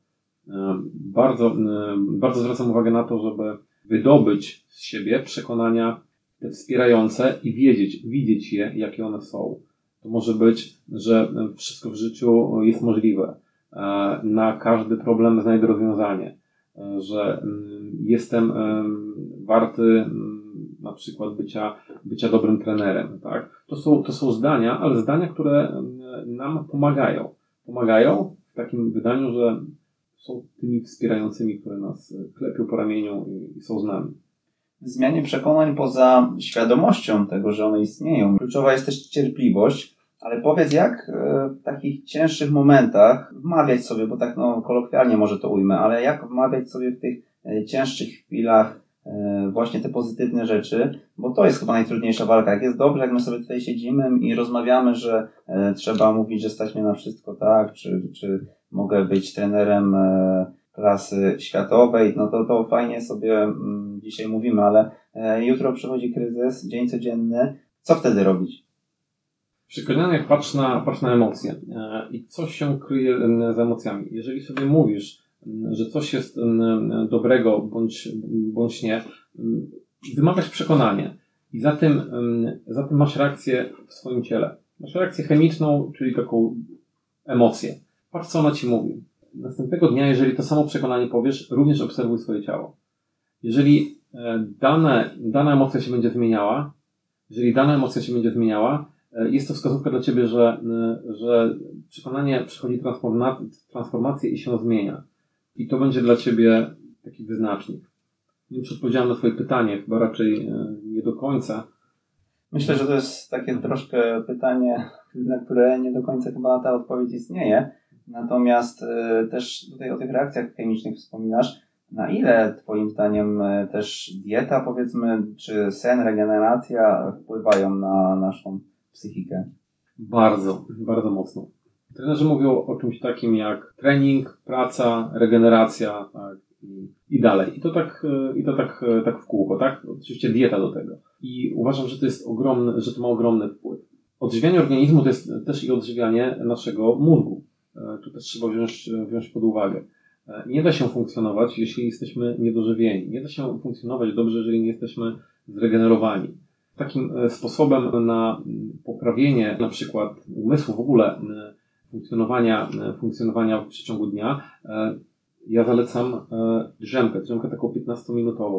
Bardzo zwracam uwagę na to, żeby wydobyć z siebie przekonania te wspierające i widzieć je, jakie one są. To może być, że wszystko w życiu jest możliwe. Na każdy problem znajdę rozwiązanie. Że jestem warty na przykład bycia dobrym trenerem. Tak? To są zdania, ale zdania, które nam pomagają. Pomagają w takim wydaniu, że są tymi wspierającymi, które nas klepią po ramieniu i są z nami. W zmianie przekonań poza świadomością tego, że one istnieją, kluczowa jest też cierpliwość, ale powiedz, jak w takich cięższych momentach wmawiać sobie, bo tak kolokwialnie może to ujmę, ale jak wmawiać sobie w tych cięższych chwilach właśnie te pozytywne rzeczy, bo to jest chyba najtrudniejsza walka. Jak jest dobrze, jak my sobie tutaj siedzimy i rozmawiamy, że trzeba mówić, że stać mnie na wszystko, tak, czy mogę być trenerem klasy światowej, no to fajnie sobie dzisiaj mówimy, ale jutro przychodzi kryzys, dzień codzienny. Co wtedy robić? W przekonaniach patrz na emocje i co się kryje za emocjami. Jeżeli sobie mówisz, że coś jest dobrego bądź nie, wymawiasz przekonanie i za tym masz reakcję w swoim ciele. Masz reakcję chemiczną, czyli taką emocję. Patrz, co ona ci mówi. Następnego dnia, jeżeli to samo przekonanie powiesz, również obserwuj swoje ciało. Jeżeli dana emocja się będzie zmieniała, jest to wskazówka dla Ciebie, że przekonanie przechodzi transformację i się zmienia. I to będzie dla Ciebie taki wyznacznik. Nie wiem, czy odpowiedziałem na Twoje pytanie, chyba raczej nie do końca. Myślę, że to jest takie troszkę pytanie, na które nie do końca chyba ta odpowiedź istnieje. Natomiast też tutaj o tych reakcjach chemicznych wspominasz. Na ile Twoim zdaniem też dieta, powiedzmy, czy sen, regeneracja wpływają na naszą psychikę? Bardzo, bardzo mocno. Trenerzy mówią o czymś takim jak trening, praca, regeneracja, tak, i dalej. I to tak w kółko, tak? Oczywiście dieta do tego. I uważam, że to ma ogromny wpływ. Odżywianie organizmu to jest też i odżywianie naszego mózgu. To też trzeba wziąć pod uwagę. Nie da się funkcjonować, jeśli jesteśmy niedożywieni. Nie da się funkcjonować dobrze, jeżeli nie jesteśmy zregenerowani. Takim sposobem na poprawienie na przykład umysłu, w ogóle funkcjonowania w przeciągu dnia, ja zalecam drzemkę taką 15-minutową.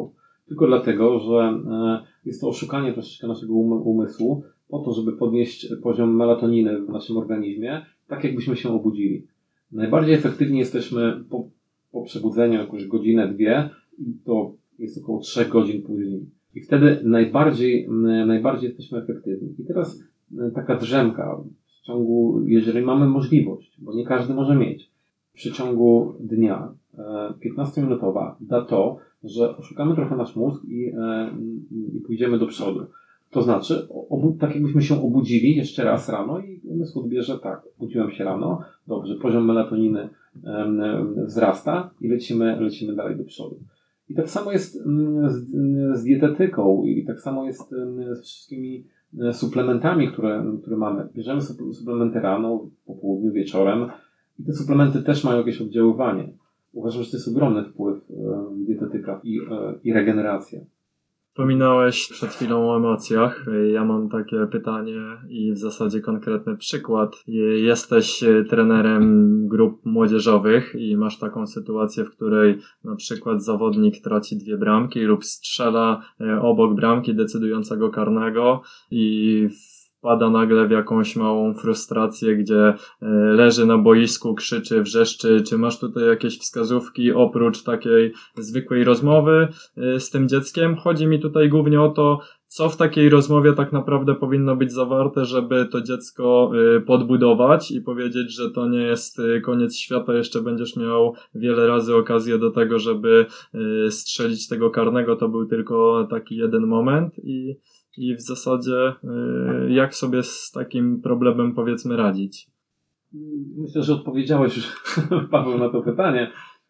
tylko dlatego, że jest to oszukanie troszeczkę naszego umysłu po to, żeby podnieść poziom melatoniny w naszym organizmie, tak jakbyśmy się obudzili. Najbardziej efektywni jesteśmy po przebudzeniu jakąś godzinę, dwie, i to jest około 3 godzin później. I wtedy najbardziej jesteśmy efektywni. I teraz taka drzemka w ciągu, jeżeli mamy możliwość, bo nie każdy może mieć, w przeciągu dnia 15-minutowa da to, że oszukamy trochę nasz mózg i pójdziemy do przodu. To znaczy, tak jakbyśmy się obudzili jeszcze raz rano i umysł odbierze, tak, obudziłem się rano, dobrze, poziom melatoniny wzrasta i lecimy dalej do przodu. I tak samo jest z dietetyką i tak samo jest z wszystkimi suplementami, które mamy. Bierzemy suplementy rano, po południu, wieczorem i te suplementy też mają jakieś oddziaływanie. Uważam, że to jest ogromny wpływ dietetyka i regeneracja. Wspominałeś przed chwilą o emocjach. Ja mam takie pytanie i w zasadzie konkretny przykład. Jesteś trenerem grup młodzieżowych i masz taką sytuację, w której na przykład zawodnik traci 2 bramki lub strzela obok bramki decydującego karnego i wpada nagle w jakąś małą frustrację, gdzie leży na boisku, krzyczy, wrzeszczy. Czy masz tutaj jakieś wskazówki oprócz takiej zwykłej rozmowy z tym dzieckiem? Chodzi mi tutaj głównie o to, co w takiej rozmowie tak naprawdę powinno być zawarte, żeby to dziecko podbudować i powiedzieć, że to nie jest koniec świata, jeszcze będziesz miał wiele razy okazję do tego, żeby strzelić tego karnego, to był tylko taki jeden moment i w zasadzie jak sobie z takim problemem, powiedzmy, radzić? Myślę, że odpowiedziałeś już, Paweł, na to pytanie.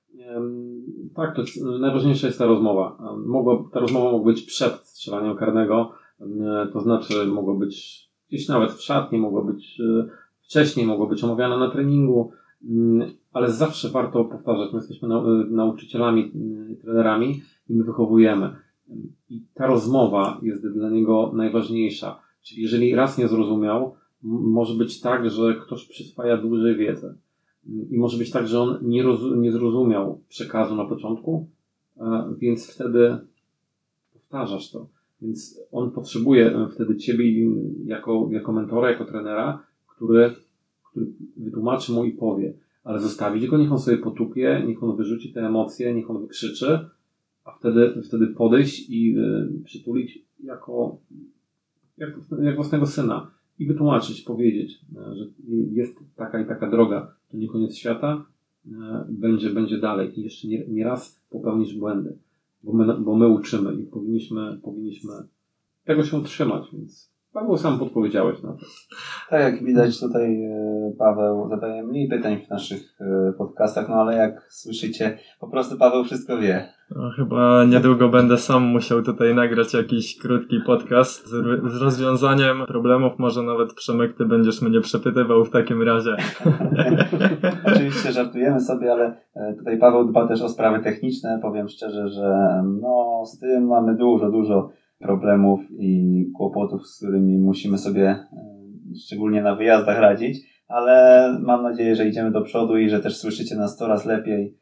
Tak, najważniejsza jest ta rozmowa. Ta rozmowa mogła być przed strzelaniem karnego, to znaczy mogła być gdzieś nawet w szatni, mogła być wcześniej, mogła być omawiana na treningu, ale zawsze warto powtarzać. My jesteśmy nauczycielami, trenerami i my wychowujemy. I ta rozmowa jest dla niego najważniejsza. Czyli jeżeli raz nie zrozumiał, może być tak, że ktoś przyswaja dłużej wiedzę. I może być tak, że on nie zrozumiał przekazu na początku, więc wtedy powtarzasz to. Więc on potrzebuje wtedy ciebie jako mentora, jako trenera, który wytłumaczy mu i powie. Ale zostawić go, niech on sobie potupie, niech on wyrzuci te emocje, niech on wykrzyczy, a wtedy podejść i przytulić jak własnego syna i wytłumaczyć, powiedzieć, że jest taka i taka droga, to nie koniec świata, będzie dalej i jeszcze nie raz popełnisz błędy, bo my uczymy i powinniśmy tego się trzymać, więc Paweł, sam podpowiedziałeś na to. Tak jak widać tutaj Paweł zadaje mniej pytań w naszych podcastach, no ale jak słyszycie, po prostu Paweł wszystko wie. No, chyba niedługo będę sam musiał tutaj nagrać jakiś krótki podcast z rozwiązaniem problemów. Może nawet, Przemek, ty będziesz mnie przepytywał w takim razie. Oczywiście żartujemy sobie, ale tutaj Paweł dba też o sprawy techniczne. Powiem szczerze, że no, z tym mamy dużo problemów i kłopotów, z którymi musimy sobie szczególnie na wyjazdach radzić, ale mam nadzieję, że idziemy do przodu i że też słyszycie nas coraz lepiej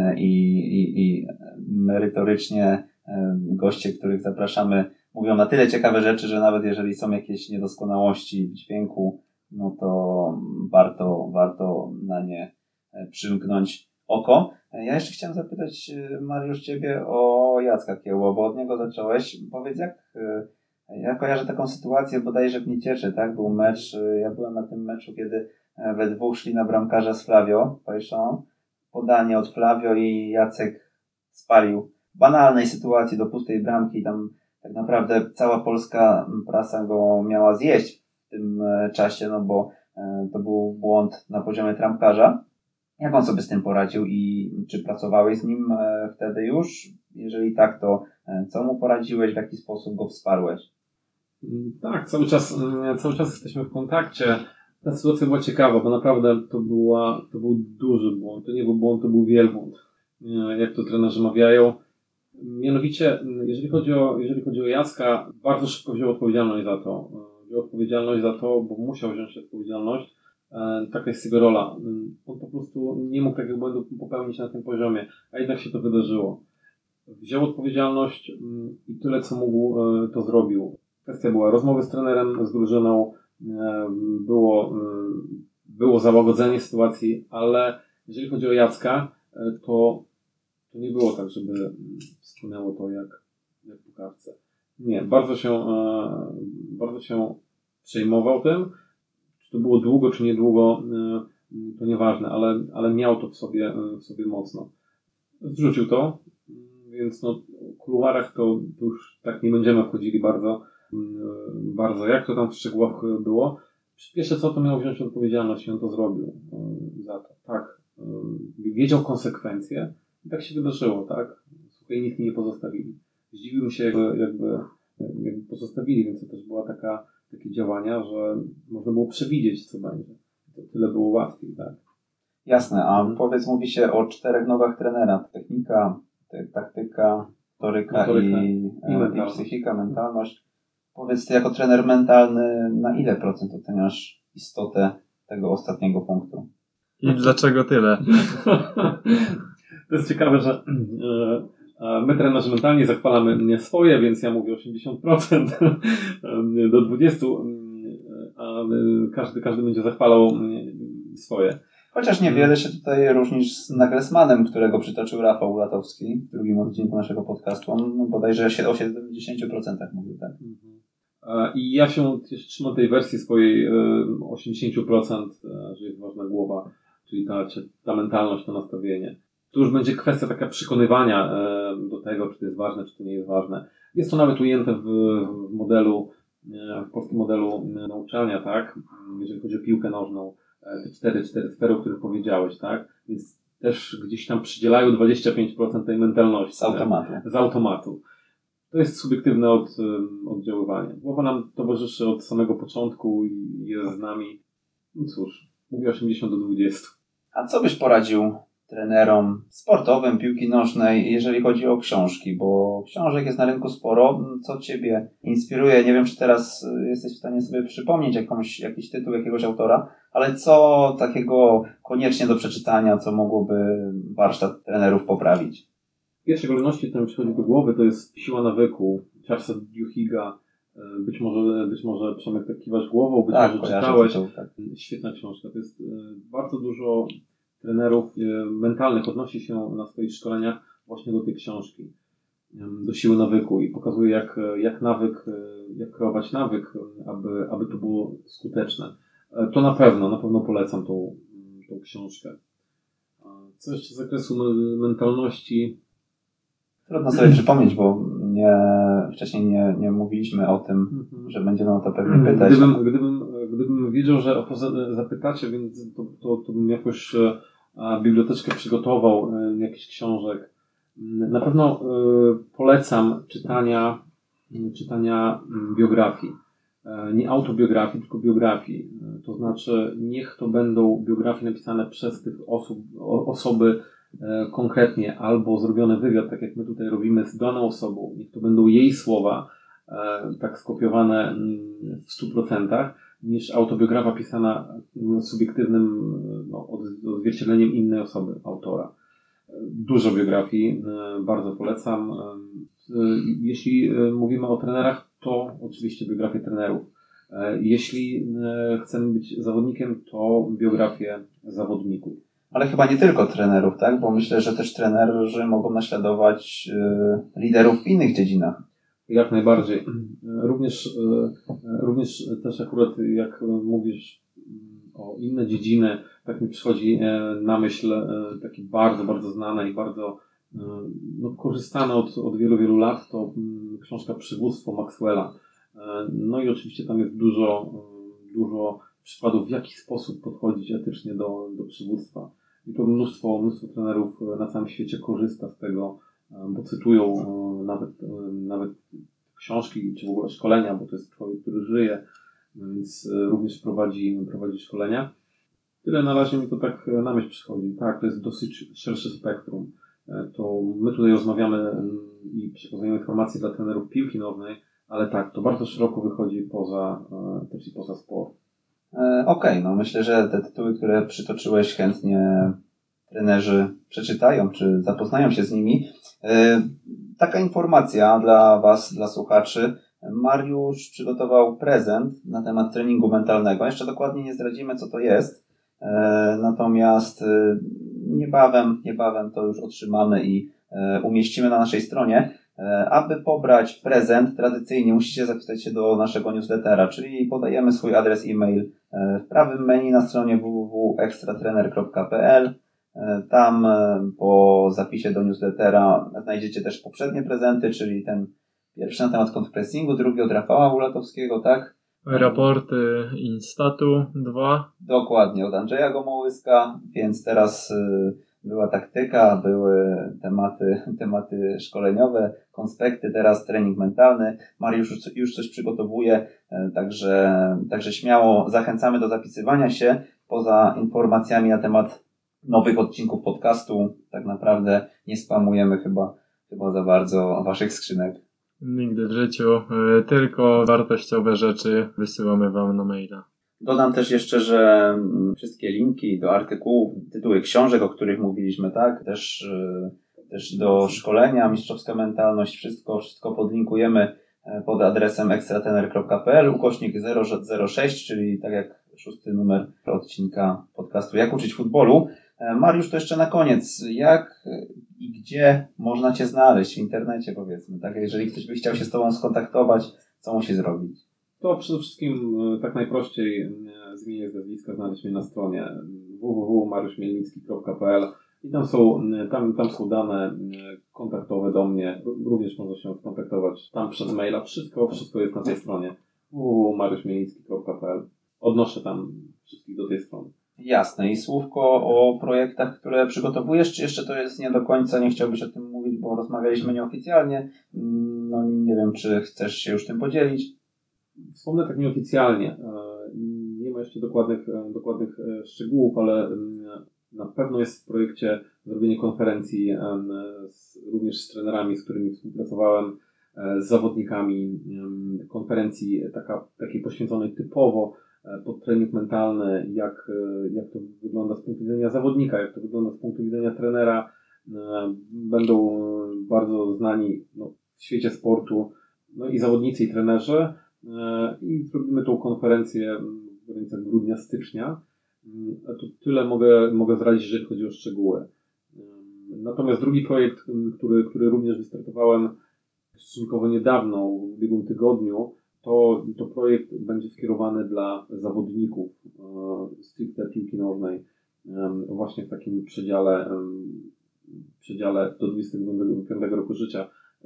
i merytorycznie goście, których zapraszamy, mówią na tyle ciekawe rzeczy, że nawet jeżeli są jakieś niedoskonałości w dźwięku, no to warto na nie przymknąć oko. Ja jeszcze chciałem zapytać, Mariusz, ciebie o Jacka Kiełło, bo od niego zacząłeś. Powiedz, ja kojarzę taką sytuację bodajże w Niecieczy, tak? Był mecz, ja byłem na tym meczu, kiedy we dwóch szli na bramkarza z Flavio Pajszą. Podanie od Flavio i Jacek spalił w banalnej sytuacji do pustej bramki. Tam tak naprawdę cała polska prasa go miała zjeść w tym czasie, no bo to był błąd na poziomie trampkarza. Jak on sobie z tym poradził i czy pracowałeś z nim wtedy już? Jeżeli tak, to co mu poradziłeś, w jaki sposób go wsparłeś? Tak, cały czas jesteśmy w kontakcie. Ta sytuacja była ciekawa, bo naprawdę to był duży błąd. To nie był błąd, to był wielbłąd. Jak to trenerzy mawiają. Mianowicie, jeżeli chodzi o Jacka, bardzo szybko wziął odpowiedzialność za to. Bo musiał wziąć odpowiedzialność. Taka jest jego rola. On po prostu nie mógł takiego błędu popełnić na tym poziomie, a jednak się to wydarzyło. wziął odpowiedzialność i tyle co mógł, to zrobił. Kwestia była rozmowy z trenerem, z drużyną, było załagodzenie sytuacji, ale jeżeli chodzi o Jacka, to nie było tak, żeby spłynęło to jak po kawce. Nie, bardzo się przejmował tym. Czy to było długo, czy niedługo, to nieważne, ale miał to w sobie mocno. Zrzucił to, więc no, w kuluarach to już tak nie będziemy wchodzili bardzo jak to tam w szczegółach było. Pierwsze co, to miał wziąć odpowiedzialność i on to zrobił za to. Tak, wiedział konsekwencje i tak się wydarzyło, tak? Słuchaj, nikt nie pozostawili. Zdziwiłem się, jakby pozostawili, więc to też była takie działania, że można było przewidzieć, co będzie. To tyle było łatwiej, tak? Jasne, a powiedz, mówi się o 4 nogach trenera. Technika, taktyka, motoryka i psychika, mentalność. Powiedz, ty jako trener mentalny, na ile procent oceniasz istotę tego ostatniego punktu? I dlaczego tyle? To jest ciekawe, że my trenerzy mentalnie zachwalamy swoje, więc ja mówię 80% do 20%, a każdy będzie zachwalał swoje. Chociaż niewiele się tutaj różnisz z Nagelsmannem, którego przytoczył Rafał Latowski w drugim odcinku naszego podcastu. On bodajże o 70% mówił, tak? I ja się trzymam tej wersji swojej 80%, że jest ważna głowa, czyli ta mentalność, to nastawienie. To już będzie kwestia taka przekonywania do tego, czy to jest ważne, czy to nie jest ważne. Jest to nawet ujęte w modelu, w polskim modelu nauczania, tak? Jeżeli chodzi o piłkę nożną, te 4 sfery, o których powiedziałeś, tak? Więc też gdzieś tam przydzielają 25% tej mentalności. Z automatu. To jest subiektywne oddziaływanie. Głowa nam towarzyszy od samego początku i jest z nami. No cóż, mówię 80 do 20. A co byś poradził trenerom sportowym, piłki nożnej, jeżeli chodzi o książki? Bo książek jest na rynku sporo. Co Ciebie inspiruje? Nie wiem, czy teraz jesteś w stanie sobie przypomnieć jakiś tytuł jakiegoś autora, ale co takiego koniecznie do przeczytania, co mogłoby warsztat trenerów poprawić? W pierwszej kolejności, co mi przychodzi do głowy, to jest Siła nawyku, Charlesa Duhiga. Być może Przemek tak kiwasz głową, być może czytałeś. Tak. Świetna książka. To jest bardzo dużo trenerów mentalnych odnosi się na swoich szkoleniach właśnie do tej książki, do Siły nawyku i pokazuje jak kreować nawyk, aby to było skuteczne. To na pewno polecam tą książkę. Co jeszcze z zakresu mentalności? Trudno sobie przypomnieć, bo wcześniej nie mówiliśmy o tym, że będziemy o to pewnie pytać. Gdybym wiedział, że o to zapytacie, więc to bym jakoś biblioteczkę przygotował, jakichś książek. Na pewno polecam czytania biografii. Nie autobiografii, tylko biografii. To znaczy, niech to będą biografie napisane przez tych osoby konkretnie, albo zrobiony wywiad, tak jak my tutaj robimy z daną osobą. Niech to będą jej słowa, tak skopiowane w 100%, niż autobiografia pisana subiektywnym odzwierciedleniem innej osoby, autora. Dużo biografii, bardzo polecam. Jeśli mówimy o trenerach, to oczywiście biografie trenerów. Jeśli chcemy być zawodnikiem, to biografie zawodników. Ale chyba nie tylko trenerów, tak? Bo myślę, że też trenerzy mogą naśladować liderów w innych dziedzinach. Jak najbardziej. Również też akurat jak mówisz o inne dziedziny, tak mi przychodzi na myśl takie bardzo, bardzo znane i bardzo korzystane od wielu, wielu lat, to książka Przywództwo Maxwella. No i oczywiście tam jest dużo przykładów, w jaki sposób podchodzić etycznie do przywództwa. I to mnóstwo trenerów na całym świecie korzysta z tego, bo cytują nawet książki, czy w ogóle szkolenia, bo to jest człowiek, który żyje, więc również prowadzi szkolenia. Tyle na razie mi to tak na myśl przychodzi. Tak, to jest dosyć szersze spektrum. To my tutaj rozmawiamy i przekazujemy informacje dla trenerów piłki nożnej, ale tak, to bardzo szeroko wychodzi poza sport. Okej, no myślę, że te tytuły, które przytoczyłeś, chętnie trenerzy przeczytają, czy zapoznają się z nimi. Taka informacja dla Was, dla słuchaczy. Mariusz przygotował prezent na temat treningu mentalnego. Jeszcze dokładnie nie zdradzimy, co to jest. Natomiast niebawem to już otrzymamy i umieścimy na naszej stronie. Aby pobrać prezent, tradycyjnie musicie zapisać się do naszego newslettera, czyli podajemy swój adres e-mail w prawym menu na stronie www.extratrener.pl. Tam po zapisie do newslettera znajdziecie też poprzednie prezenty, czyli ten pierwszy na temat contpressingu, drugi od Rafała Ulatowskiego, tak? Raporty Instatu 2. Dokładnie, od Andrzeja Gomołyska, więc teraz była taktyka, były tematy szkoleniowe, konspekty, teraz trening mentalny. Mariusz już coś przygotowuje, także śmiało zachęcamy do zapisywania się. Poza informacjami na temat nowych odcinków podcastu, tak naprawdę nie spamujemy chyba za bardzo waszych skrzynek. Nigdy w życiu, tylko wartościowe rzeczy wysyłamy Wam na maila. Dodam też jeszcze, że wszystkie linki do artykułów, tytuły książek, o których mówiliśmy, tak, też do szkolenia, mistrzowska mentalność, wszystko podlinkujemy pod adresem extratrener.pl/006, czyli tak jak 6. numer odcinka podcastu Jak uczyć futbolu. Mariusz, to jeszcze na koniec, jak i gdzie można Cię znaleźć w internecie, powiedzmy, tak? Jeżeli ktoś by chciał się z Tobą skontaktować, co musi zrobić? To przede wszystkim tak najprościej z imienia z nazwiska znaleźć mnie na stronie www.mariuszmielnicki.pl i tam są dane kontaktowe do mnie. Również można się skontaktować tam przez maila. Wszystko jest na tej stronie www.mariuszmielnicki.pl. Odnoszę tam wszystkich do tej strony. Jasne. I słówko o projektach, które przygotowujesz, czy jeszcze to jest nie do końca, nie chciałbyś o tym mówić, bo rozmawialiśmy nieoficjalnie. No nie wiem, czy chcesz się już tym podzielić. Wspomnę tak nieoficjalnie. Nie ma jeszcze dokładnych szczegółów, ale na pewno jest w projekcie zrobienie konferencji również z trenerami, z którymi współpracowałem, z zawodnikami. Konferencji takiej poświęconej typowo pod trening mentalny, jak to wygląda z punktu widzenia zawodnika, jak to wygląda z punktu widzenia trenera. Będą bardzo znani w świecie sportu i zawodnicy, i trenerzy. I zrobimy tą konferencję w granicach grudnia, stycznia. A to tyle mogę zdradzić, jeżeli chodzi o szczegóły. Natomiast drugi projekt, który również wystartowałem stosunkowo niedawno, w ubiegłym tygodniu, to projekt będzie skierowany dla zawodników stricte piłki nożnej, właśnie w takim przedziale do 25 roku życia,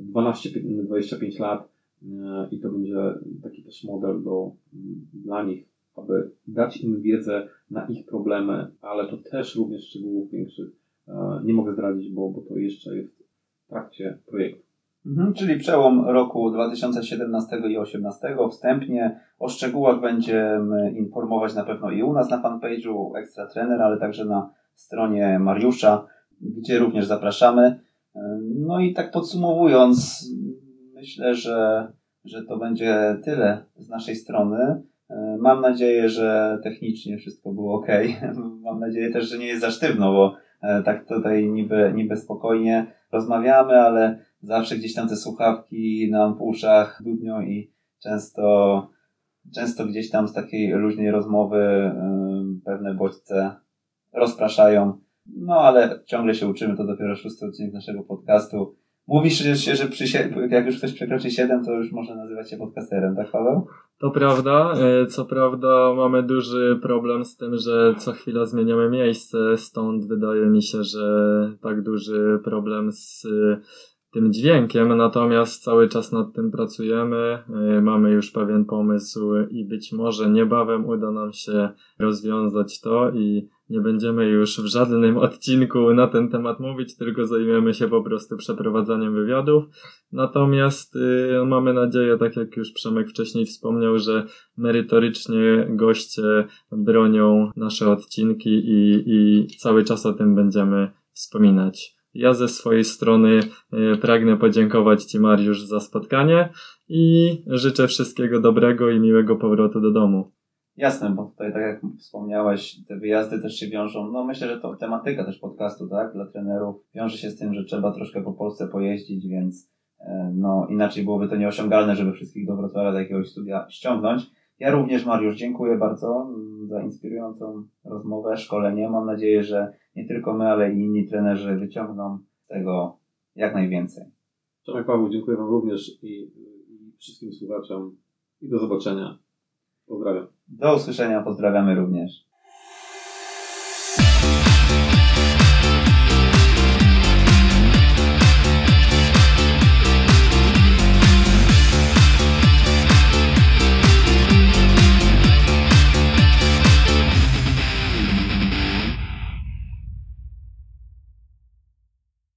12-25 lat, i to będzie taki też model dla nich, aby dać im wiedzę na ich problemy, ale to też również szczegółów większych nie mogę zdradzić, bo to jeszcze jest w trakcie projektu. Czyli przełom roku 2017 i 2018. Wstępnie o szczegółach będziemy informować na pewno i u nas na fanpage'u Extra Trener, ale także na stronie Mariusza, gdzie również zapraszamy. No i tak podsumowując, myślę, że to będzie tyle z naszej strony. Mam nadzieję, że technicznie wszystko było ok. Mam nadzieję też, że nie jest za sztywno, bo tak tutaj niby spokojnie rozmawiamy, ale zawsze gdzieś tam te słuchawki nam w uszach dudnią i często gdzieś tam z takiej luźnej rozmowy pewne bodźce rozpraszają. No ale ciągle się uczymy, to dopiero 6. odcinek naszego podcastu. Mówisz się, że jak już ktoś przekroczy 7, to już może nazywać się podcasterem, tak Paweł? To prawda. Co prawda mamy duży problem z tym, że co chwila zmieniamy miejsce, stąd wydaje mi się, że tak duży problem z tym dźwiękiem, natomiast cały czas nad tym pracujemy, mamy już pewien pomysł i być może niebawem uda nam się rozwiązać to i nie będziemy już w żadnym odcinku na ten temat mówić, tylko zajmiemy się po prostu przeprowadzaniem wywiadów. Natomiast mamy nadzieję, tak jak już Przemek wcześniej wspomniał, że merytorycznie goście bronią nasze odcinki i cały czas o tym będziemy wspominać. Ja ze swojej strony pragnę podziękować Ci, Mariusz, za spotkanie i życzę wszystkiego dobrego i miłego powrotu do domu. Jasne, bo tutaj tak jak wspomniałeś, te wyjazdy też się wiążą, no myślę, że to tematyka też podcastu, tak, dla trenerów wiąże się z tym, że trzeba troszkę po Polsce pojeździć, więc no inaczej byłoby to nieosiągalne, żeby wszystkich do Wrocławia do jakiegoś studia ściągnąć. Ja również, Mariusz, dziękuję bardzo za inspirującą rozmowę, szkolenie. Mam nadzieję, że nie tylko my, ale i inni trenerzy wyciągną z tego jak najwięcej. Cześć Paweł, dziękuję Wam również i wszystkim słuchaczom i do zobaczenia. Pozdrawiam. Do usłyszenia, pozdrawiamy również.